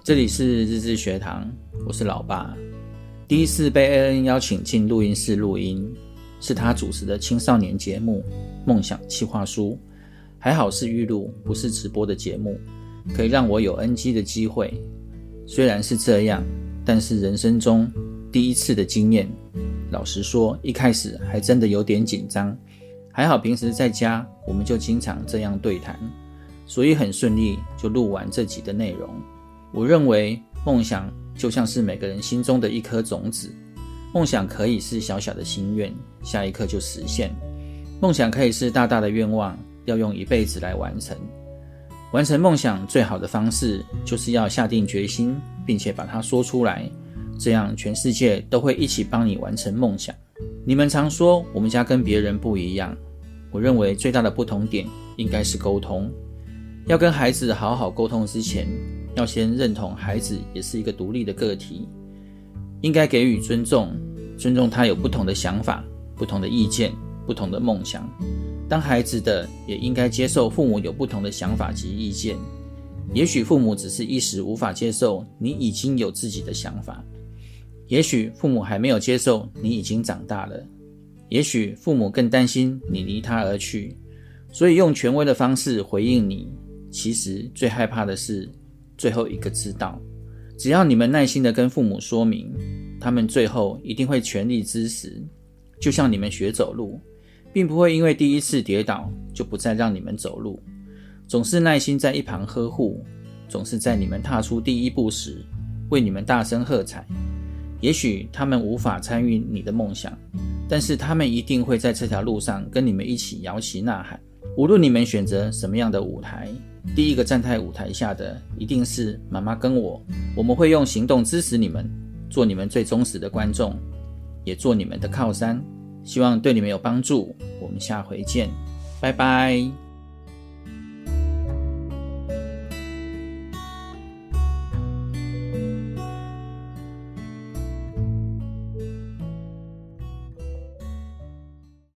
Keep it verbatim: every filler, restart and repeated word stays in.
这里是日志学堂，我是老爸。第一次被 A N 邀请进录音室录音，是他主持的青少年节目《梦想企划书》，还好是预录，不是直播的节目，可以让我有 N G 的机会。虽然是这样，但是人生中第一次的经验，老实说，一开始还真的有点紧张。还好平时在家，我们就经常这样对谈，所以很顺利就录完这集的内容。我认为梦想就像是每个人心中的一颗种子，梦想可以是小小的心愿，下一刻就实现；梦想可以是大大的愿望，要用一辈子来完成。完成梦想最好的方式，就是要下定决心，并且把它说出来，这样全世界都会一起帮你完成梦想。你们常说我们家跟别人不一样，我认为最大的不同点应该是沟通。要跟孩子好好沟通之前，要先认同孩子也是一个独立的个体，应该给予尊重，尊重他有不同的想法、不同的意见、不同的梦想。当孩子的也应该接受父母有不同的想法及意见。也许父母只是一时无法接受你已经有自己的想法，也许父母还没有接受你已经长大了，也许父母更担心你离他而去，所以用权威的方式回应你。其实最害怕的是最后一个知道。只要你们耐心地跟父母说明，他们最后一定会全力支持。就像你们学走路，并不会因为第一次跌倒就不再让你们走路，总是耐心在一旁呵护，总是在你们踏出第一步时为你们大声喝彩。也许他们无法参与你的梦想，但是他们一定会在这条路上跟你们一起摇旗呐喊。无论你们选择什么样的舞台，第一个站在舞台下的一定是妈妈跟我，我们会用行动支持你们，做你们最忠实的观众，也做你们的靠山。希望对你们有帮助，我们下回见，拜拜。